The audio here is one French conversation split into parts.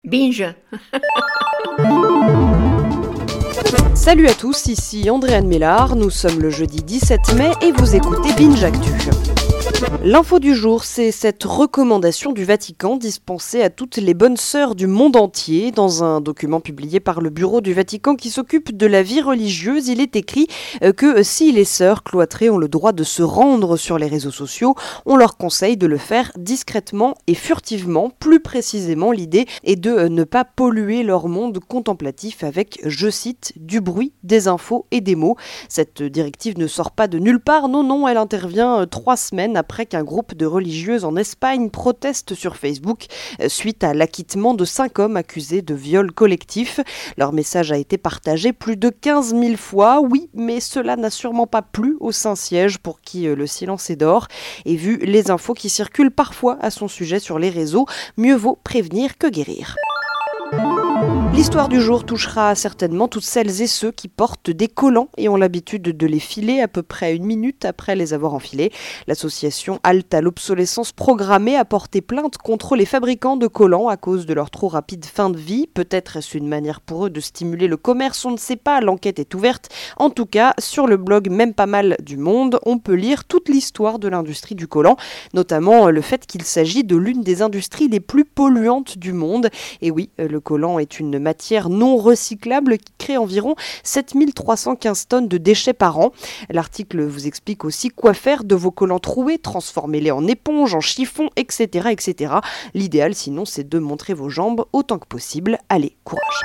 Binge. Salut à tous, ici Andréane Mélard, nous sommes le jeudi 17 mai et vous écoutez Binge Actu. L'info du jour, c'est cette recommandation du Vatican dispensée à toutes les bonnes sœurs du monde entier. Dans un document publié par le bureau du Vatican qui s'occupe de la vie religieuse, il est écrit que si les sœurs cloîtrées ont le droit de se rendre sur les réseaux sociaux, on leur conseille de le faire discrètement et furtivement. Plus précisément, l'idée est de ne pas polluer leur monde contemplatif avec, je cite, du bruit, des infos et des mots. Cette directive ne sort pas de nulle part, non, elle intervient 3 semaines après qu'un groupe de religieuses en Espagne proteste sur Facebook suite à l'acquittement de 5 hommes accusés de viol collectif. Leur message a été partagé plus de 15 000 fois, oui, mais cela n'a sûrement pas plu au Saint-Siège pour qui le silence est d'or. Et vu les infos qui circulent parfois à son sujet sur les réseaux, mieux vaut prévenir que guérir. L'histoire du jour touchera certainement toutes celles et ceux qui portent des collants et ont l'habitude de les filer à peu près 1 minute après les avoir enfilés. L'association Halte à l'obsolescence programmée a porté plainte contre les fabricants de collants à cause de leur trop rapide fin de vie. Peut-être est-ce une manière pour eux de stimuler le commerce, on ne sait pas, l'enquête est ouverte. En tout cas, sur le blog Même pas mal du Monde, on peut lire toute l'histoire de l'industrie du collant, notamment le fait qu'il s'agit de l'une des industries les plus polluantes du monde. Et oui, le collant est une matière non recyclable qui crée environ 7315 tonnes de déchets par an. L'article vous explique aussi quoi faire de vos collants troués, transformez-les en éponges, en chiffons, etc. etc. L'idéal sinon c'est de montrer vos jambes autant que possible. Allez, courage!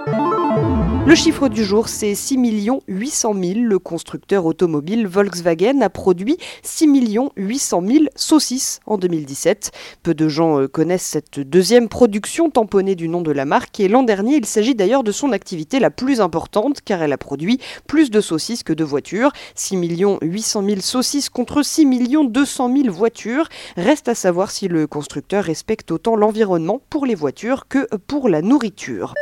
Le chiffre du jour, c'est 6 800 000. Le constructeur automobile Volkswagen a produit 6 800 000 saucisses en 2017. Peu de gens connaissent cette deuxième production tamponnée du nom de la marque et l'an dernier, il s'agit d'ailleurs de son activité la plus importante car elle a produit plus de saucisses que de voitures. 6 800 000 saucisses contre 6 200 000 voitures. Reste à savoir si le constructeur respecte autant l'environnement pour les voitures que pour la nourriture.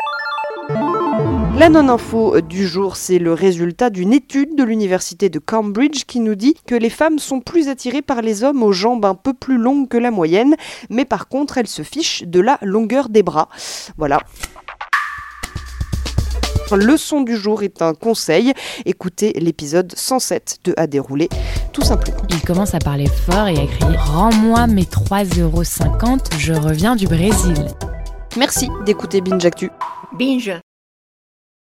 La non-info du jour, c'est le résultat d'une étude de l'université de Cambridge qui nous dit que les femmes sont plus attirées par les hommes aux jambes un peu plus longues que la moyenne, mais par contre, elles se fichent de la longueur des bras. Voilà. Le son du jour est un conseil. Écoutez l'épisode 107 de À dérouler, tout simplement. Il commence à parler fort et à crier « Rends-moi mes 3,50 €, je reviens du Brésil ». Merci d'écouter Binge Actu. Binge.